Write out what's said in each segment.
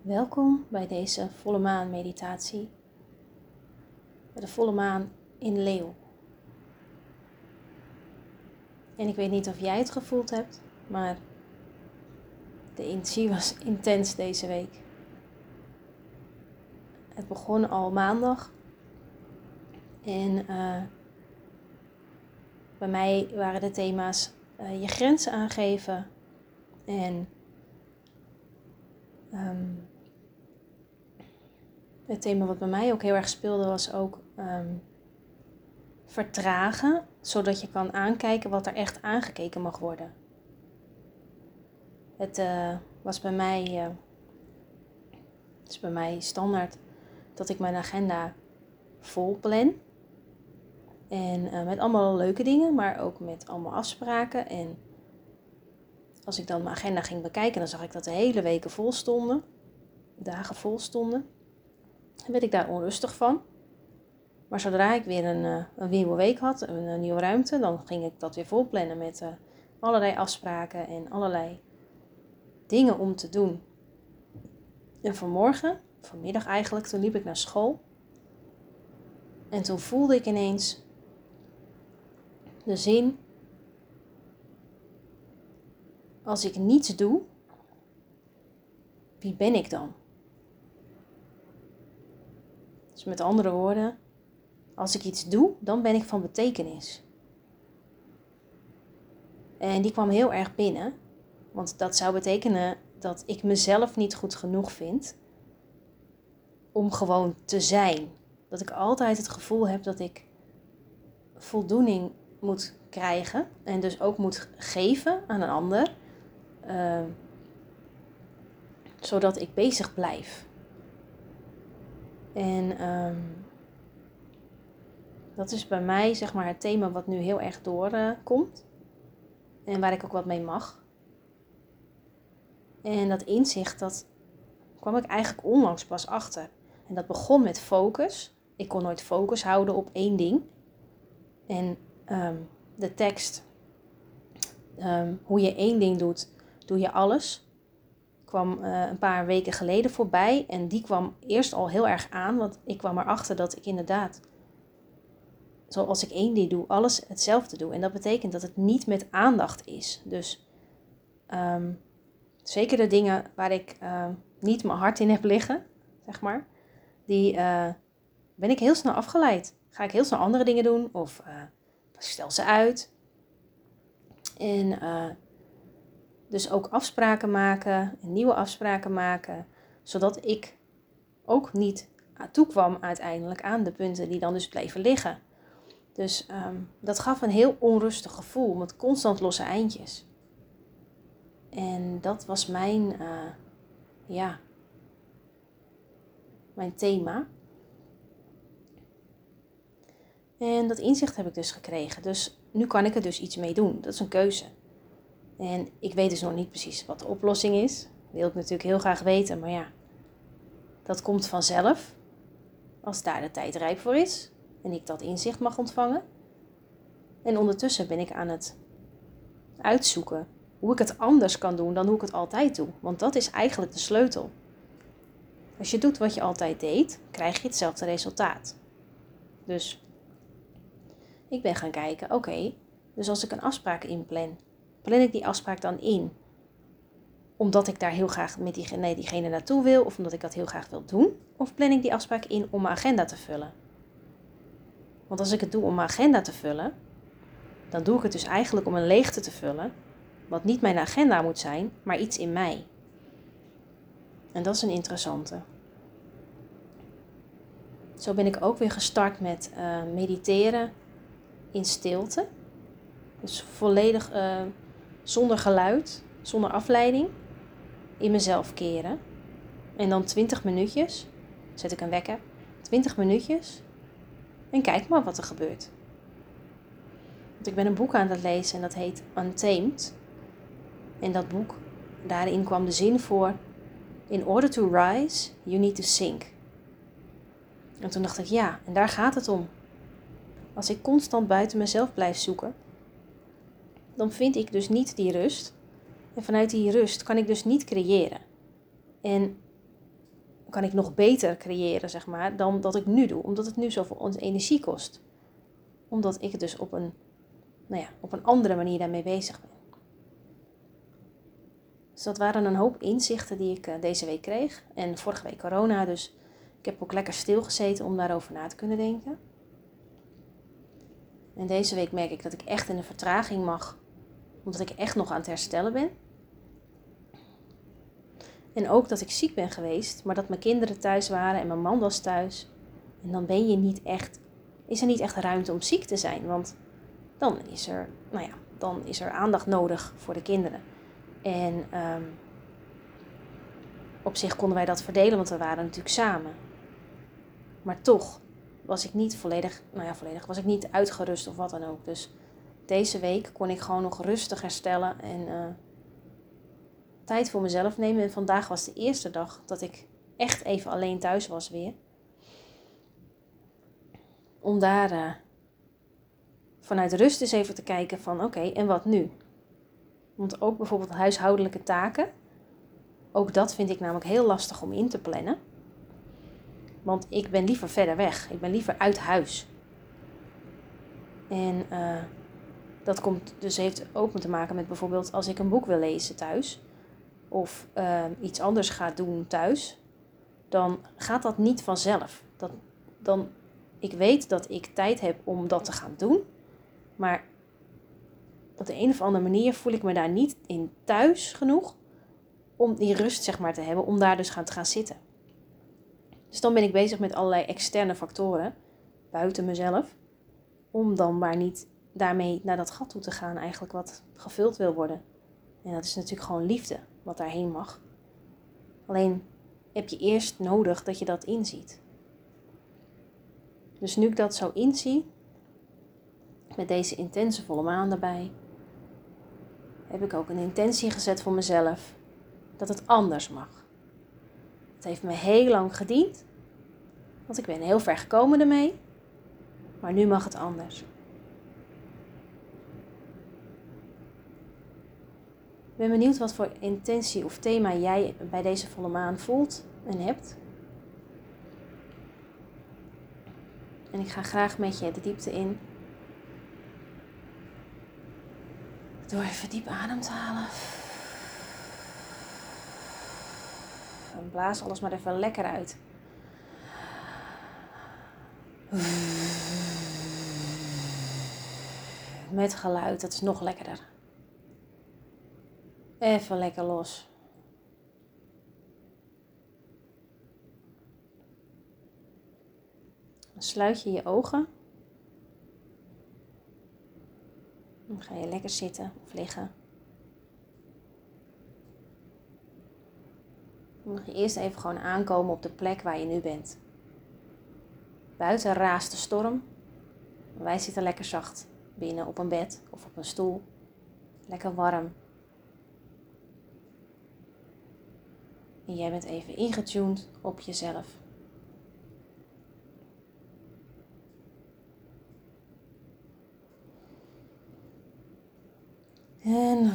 Welkom bij deze volle maan meditatie. Bij de volle maan in Leeuw. En ik weet niet of jij het gevoeld hebt, maar de energie was intens deze week. Het begon al maandag. En bij mij waren de thema's je grenzen aangeven. En het thema wat bij mij ook heel erg speelde was ook vertragen. Zodat je kan aankijken wat er echt aangekeken mag worden. Het was bij mij, het is bij mij standaard dat ik mijn agenda vol plan. En met allemaal leuke dingen, maar ook met allemaal afspraken. En als ik dan mijn agenda ging bekijken, dan zag ik dat de hele weken vol stonden. Dagen vol stonden. Dan werd ik daar onrustig van. Maar zodra ik weer een nieuwe week had, een nieuwe ruimte, dan ging ik dat weer vol plannen met allerlei afspraken en allerlei dingen om te doen. En vanmiddag eigenlijk, toen liep ik naar school. En toen voelde ik ineens de zin: als ik niets doe, wie ben ik dan? Dus met andere woorden, als ik iets doe, dan ben ik van betekenis. En die kwam heel erg binnen, want dat zou betekenen dat ik mezelf niet goed genoeg vind om gewoon te zijn. Dat ik altijd het gevoel heb dat ik voldoening moet krijgen en dus ook moet geven aan een ander, zodat ik bezig blijf. En dat is bij mij zeg maar het thema wat nu heel erg doorkomt. En waar ik ook wat mee mag. En dat inzicht, dat kwam ik eigenlijk onlangs pas achter. En dat begon met focus. Ik kon nooit focus houden op één ding. En de tekst, hoe je één ding doet, doe je alles, kwam een paar weken geleden voorbij. En die kwam eerst al heel erg aan, want ik kwam erachter dat ik inderdaad, zoals ik één ding doe, alles hetzelfde doe. En dat betekent dat het niet met aandacht is. Dus zeker de dingen waar ik niet mijn hart in heb liggen, zeg maar, die ben ik heel snel afgeleid. Ga ik heel snel andere dingen doen of stel ze uit. En dus ook afspraken maken, en nieuwe afspraken maken, zodat ik ook niet toekwam uiteindelijk aan de punten die dan dus bleven liggen. Dus dat gaf een heel onrustig gevoel met constant losse eindjes. En dat was mijn thema. En dat inzicht heb ik dus gekregen. Dus nu kan ik er dus iets mee doen. Dat is een keuze. En ik weet dus nog niet precies wat de oplossing is. Dat wil ik natuurlijk heel graag weten. Maar ja, dat komt vanzelf. Als daar de tijd rijp voor is. En ik dat inzicht mag ontvangen. En ondertussen ben ik aan het uitzoeken hoe ik het anders kan doen dan hoe ik het altijd doe. Want dat is eigenlijk de sleutel. Als je doet wat je altijd deed, krijg je hetzelfde resultaat. Dus ik ben gaan kijken, oké, dus als ik een afspraak inplan, plan ik die afspraak dan in omdat ik daar heel graag met diegene naartoe wil of omdat ik dat heel graag wil doen? Of plan ik die afspraak in om mijn agenda te vullen? Want als ik het doe om mijn agenda te vullen, dan doe ik het dus eigenlijk om een leegte te vullen, wat niet mijn agenda moet zijn, maar iets in mij. En dat is een interessante. Zo ben ik ook weer gestart met mediteren in stilte. Dus volledig zonder geluid, zonder afleiding, in mezelf keren. En dan 20 minuutjes, zet ik een wekker, 20 minuutjes en kijk maar wat er gebeurt. Want ik ben een boek aan het lezen en dat heet Untamed. En dat boek, daarin kwam de zin voor: in order to rise, you need to sink. En toen dacht ik, ja, en daar gaat het om. Als ik constant buiten mezelf blijf zoeken, dan vind ik dus niet die rust. En vanuit die rust kan ik dus niet creëren. En kan ik nog beter creëren, zeg maar, dan dat ik nu doe. Omdat het nu zoveel energie kost. Omdat ik dus op een andere manier daarmee bezig ben. Dus dat waren een hoop inzichten die ik deze week kreeg. En vorige week corona, dus ik heb ook lekker stilgezeten om daarover na te kunnen denken. En deze week merk ik dat ik echt in een vertraging mag. Omdat ik echt nog aan het herstellen ben. En ook dat ik ziek ben geweest, maar dat mijn kinderen thuis waren en mijn man was thuis. En dan is er niet echt ruimte om ziek te zijn. Want dan is er aandacht nodig voor de kinderen. En op zich konden wij dat verdelen, want we waren natuurlijk samen. Maar toch was ik niet volledig was ik niet uitgerust of wat dan ook. Dus deze week kon ik gewoon nog rustig herstellen en tijd voor mezelf nemen. En vandaag was de eerste dag dat ik echt even alleen thuis was weer. Om daar vanuit rust eens even te kijken van oké, en wat nu? Want ook bijvoorbeeld huishoudelijke taken. Ook dat vind ik namelijk heel lastig om in te plannen. Want ik ben liever verder weg. Ik ben liever uit huis. En dat heeft ook te maken met bijvoorbeeld als ik een boek wil lezen thuis. Of iets anders ga doen thuis. Dan gaat dat niet vanzelf. Ik weet dat ik tijd heb om dat te gaan doen. Maar op de een of andere manier voel ik me daar niet in thuis genoeg. Om die rust zeg maar te hebben. Om daar dus te gaan zitten. Dus dan ben ik bezig met allerlei externe factoren. Buiten mezelf. Om dan maar niet daarmee naar dat gat toe te gaan eigenlijk wat gevuld wil worden. En dat is natuurlijk gewoon liefde wat daarheen mag. Alleen heb je eerst nodig dat je dat inziet. Dus nu ik dat zo inzie, met deze intense volle maan erbij, heb ik ook een intentie gezet voor mezelf dat het anders mag. Het heeft me heel lang gediend, want ik ben heel ver gekomen ermee, maar nu mag het anders. Ik ben benieuwd wat voor intentie of thema jij bij deze volle maan voelt en hebt. En ik ga graag met je de diepte in. Door even diep adem te halen. En blaas alles maar even lekker uit. Met geluid, dat is nog lekkerder. Even lekker los. Dan sluit je je ogen. Dan ga je lekker zitten of liggen. Dan mag je eerst even gewoon aankomen op de plek waar je nu bent. Buiten raast de storm. Wij zitten lekker zacht binnen op een bed of op een stoel. Lekker warm. En jij bent even ingetuned op jezelf. En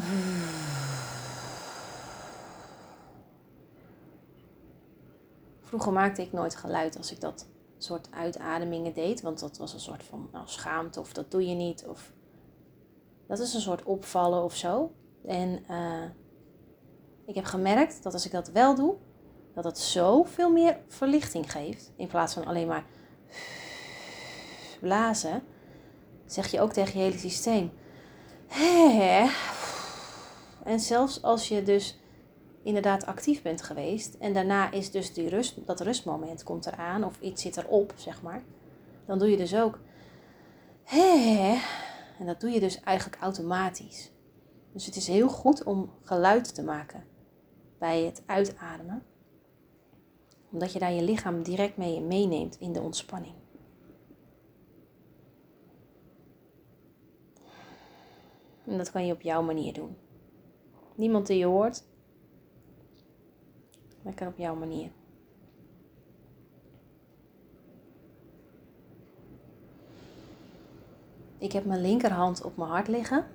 vroeger maakte ik nooit geluid als ik dat soort uitademingen deed. Want dat was een soort van schaamte of dat doe je niet. Of dat is een soort opvallen of zo. En ik heb gemerkt dat als ik dat wel doe, dat het zoveel meer verlichting geeft. In plaats van alleen maar blazen, zeg je ook tegen je hele systeem. En zelfs als je dus inderdaad actief bent geweest en daarna is dus dat rustmoment komt eraan of iets zit erop, zeg maar. Dan doe je dus ook. En dat doe je dus eigenlijk automatisch. Dus het is heel goed om geluid te maken bij het uitademen. Omdat je daar je lichaam direct mee meeneemt in de ontspanning. En dat kan je op jouw manier doen. Niemand die je hoort. Lekker op jouw manier. Ik heb mijn linkerhand op mijn hart liggen.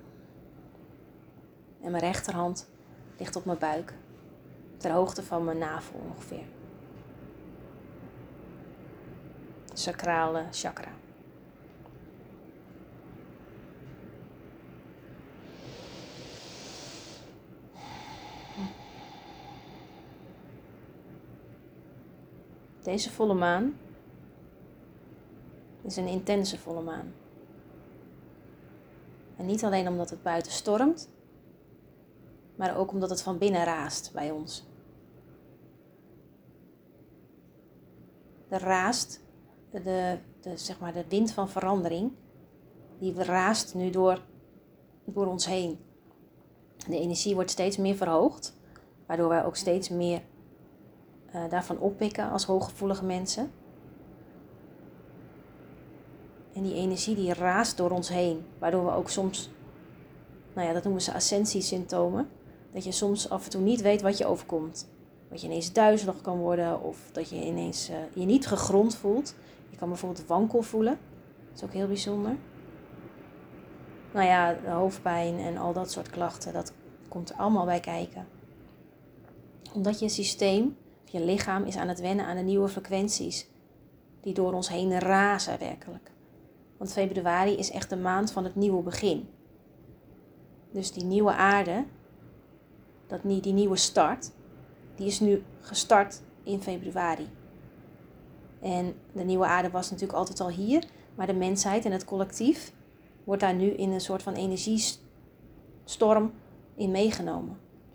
En mijn rechterhand ligt op mijn buik. Ter hoogte van mijn navel ongeveer. sacrale chakra. Deze volle maan is een intense volle maan. En niet alleen omdat het buiten stormt, maar ook omdat het van binnen raast bij ons. Er raast de wind van verandering, die raast nu door ons heen. De energie wordt steeds meer verhoogd, waardoor wij ook steeds meer daarvan oppikken als hooggevoelige mensen. En die energie die raast door ons heen, waardoor we ook soms, dat noemen ze ascensiesymptomen, dat je soms af en toe niet weet wat je overkomt. Dat je ineens duizelig kan worden of dat je ineens je niet gegrond voelt. Je kan bijvoorbeeld wankel voelen, dat is ook heel bijzonder. De hoofdpijn en al dat soort klachten, dat komt er allemaal bij kijken. Omdat je systeem, je lichaam is aan het wennen aan de nieuwe frequenties die door ons heen razen werkelijk. Want februari is echt de maand van het nieuwe begin. Dus die nieuwe aarde, die nieuwe start, die is nu gestart in februari. En de nieuwe aarde was natuurlijk altijd al hier, maar de mensheid en het collectief wordt daar nu in een soort van energiestorm in meegenomen.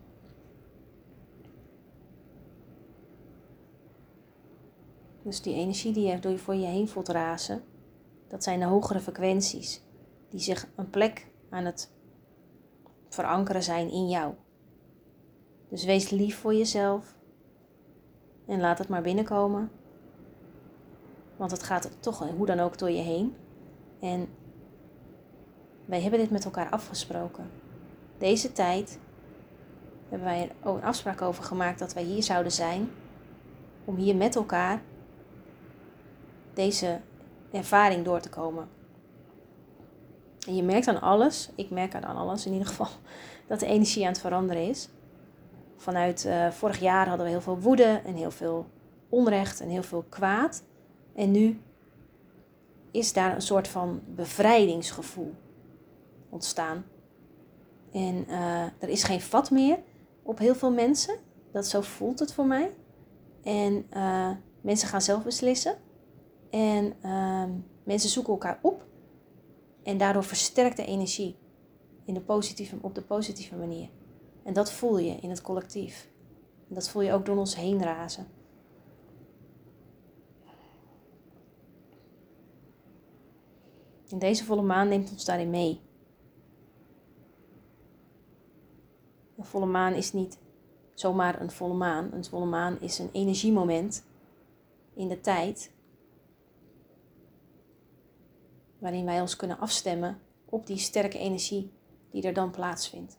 Dus die energie die je door je voor je heen voelt razen, dat zijn de hogere frequenties die zich een plek aan het verankeren zijn in jou. Dus wees lief voor jezelf en laat het maar binnenkomen. Want het gaat toch hoe dan ook door je heen. En wij hebben dit met elkaar afgesproken. Deze tijd hebben wij er ook een afspraak over gemaakt dat wij hier zouden zijn. Om hier met elkaar deze ervaring door te komen. En je merkt aan alles, ik merk aan alles in ieder geval, dat de energie aan het veranderen is. Vanuit vorig jaar hadden we heel veel woede en heel veel onrecht en heel veel kwaad. En nu is daar een soort van bevrijdingsgevoel ontstaan. En er is geen vat meer op heel veel mensen. Zo voelt het voor mij. En mensen gaan zelf beslissen. En mensen zoeken elkaar op. En daardoor versterkt de energie op de positieve manier. En dat voel je in het collectief. En dat voel je ook door ons heen razen. En deze volle maan neemt ons daarin mee. Een volle maan is niet zomaar een volle maan. Een volle maan is een energiemoment in de tijd waarin wij ons kunnen afstemmen op die sterke energie die er dan plaatsvindt.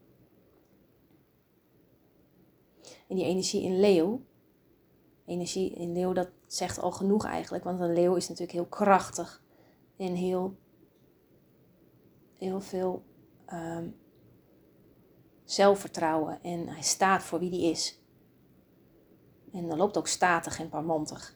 En die energie in leeuw, dat zegt al genoeg eigenlijk, want een leeuw is natuurlijk heel krachtig en heel veel zelfvertrouwen en hij staat voor wie hij is. En dan loopt ook statig en parmantig.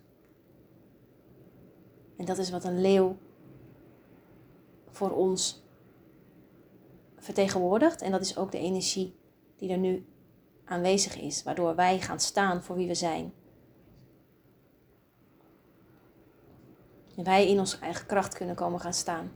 En dat is wat een leeuw voor ons vertegenwoordigt. En dat is ook de energie die er nu aanwezig is, waardoor wij gaan staan voor wie we zijn. En wij in onze eigen kracht kunnen komen gaan staan.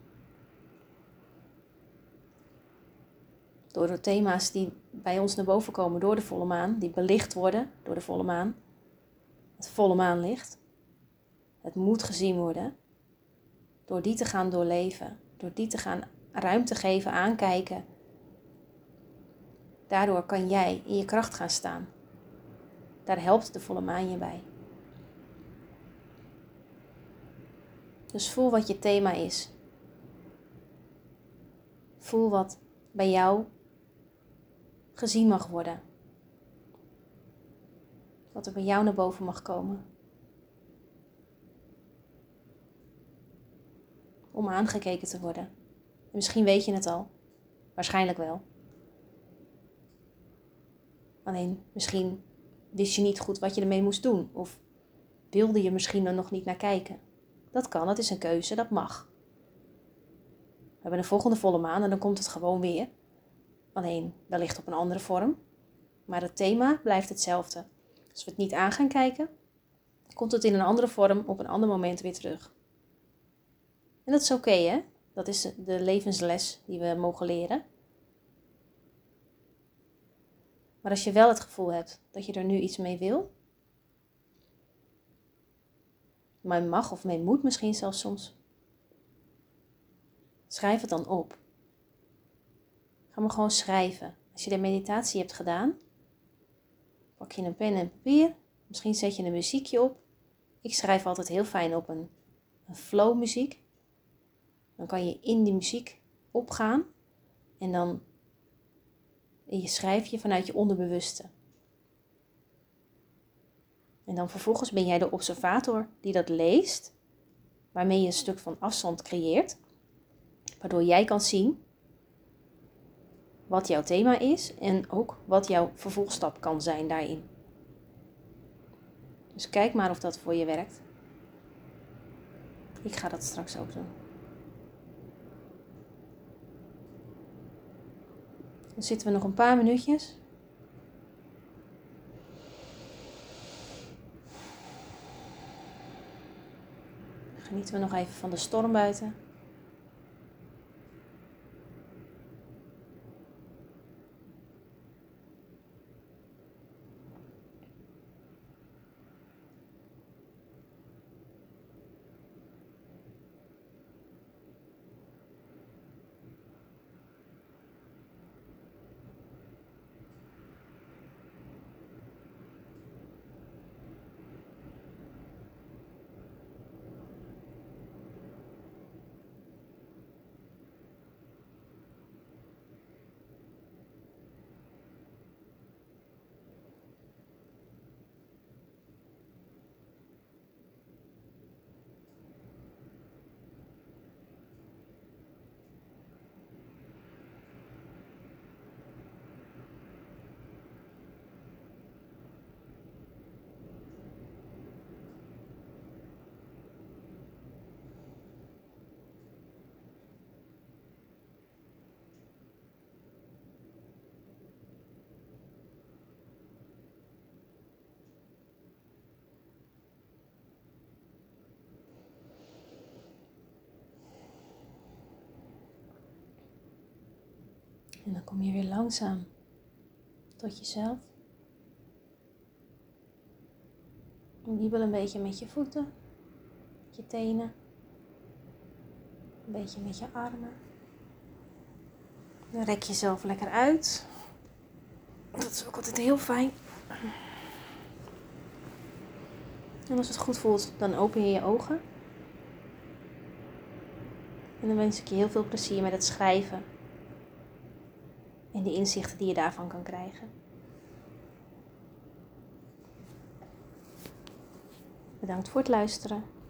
Door de thema's die bij ons naar boven komen door de volle maan, die belicht worden door de volle maan. Het volle maanlicht. Het moet gezien worden. Door die te gaan doorleven. Door die te gaan ruimte geven, aankijken. Daardoor kan jij in je kracht gaan staan. Daar helpt de volle maan je bij. Dus voel wat je thema is. Voel wat bij jou gezien mag worden. Wat er bij jou naar boven mag komen. Om aangekeken te worden. En misschien weet je het al. Waarschijnlijk wel. Alleen misschien wist je niet goed wat je ermee moest doen. Of wilde je misschien er nog niet naar kijken. Dat kan, dat is een keuze, dat mag. We hebben een volgende volle maan en dan komt het gewoon weer. Alleen wellicht op een andere vorm. Maar het thema blijft hetzelfde. Als we het niet aan gaan kijken, komt het in een andere vorm op een ander moment weer terug. En dat is oké, hè? Dat is de levensles die we mogen leren. Maar als je wel het gevoel hebt dat je er nu iets mee wil, maar mag of mee moet misschien zelfs soms, schrijf het dan op. Ga maar gewoon schrijven. Als je de meditatie hebt gedaan, pak je een pen en papier. Misschien zet je een muziekje op. Ik schrijf altijd heel fijn op een flow muziek. Dan kan je in die muziek opgaan en dan schrijf je vanuit je onderbewuste. En dan vervolgens ben jij de observator die dat leest, waarmee je een stuk van afstand creëert, waardoor jij kan zien wat jouw thema is en ook wat jouw vervolgstap kan zijn daarin. Dus kijk maar of dat voor je werkt. Ik ga dat straks ook doen. Dan zitten we nog een paar minuutjes. Genieten we nog even van de storm buiten. En dan kom je weer langzaam tot jezelf. En wiebel een beetje met je voeten, met je tenen, een beetje met je armen. Dan rek jezelf lekker uit. Dat is ook altijd heel fijn. En als het goed voelt, dan open je je ogen. En dan wens ik je heel veel plezier met het schrijven. En de inzichten die je daarvan kan krijgen. Bedankt voor het luisteren.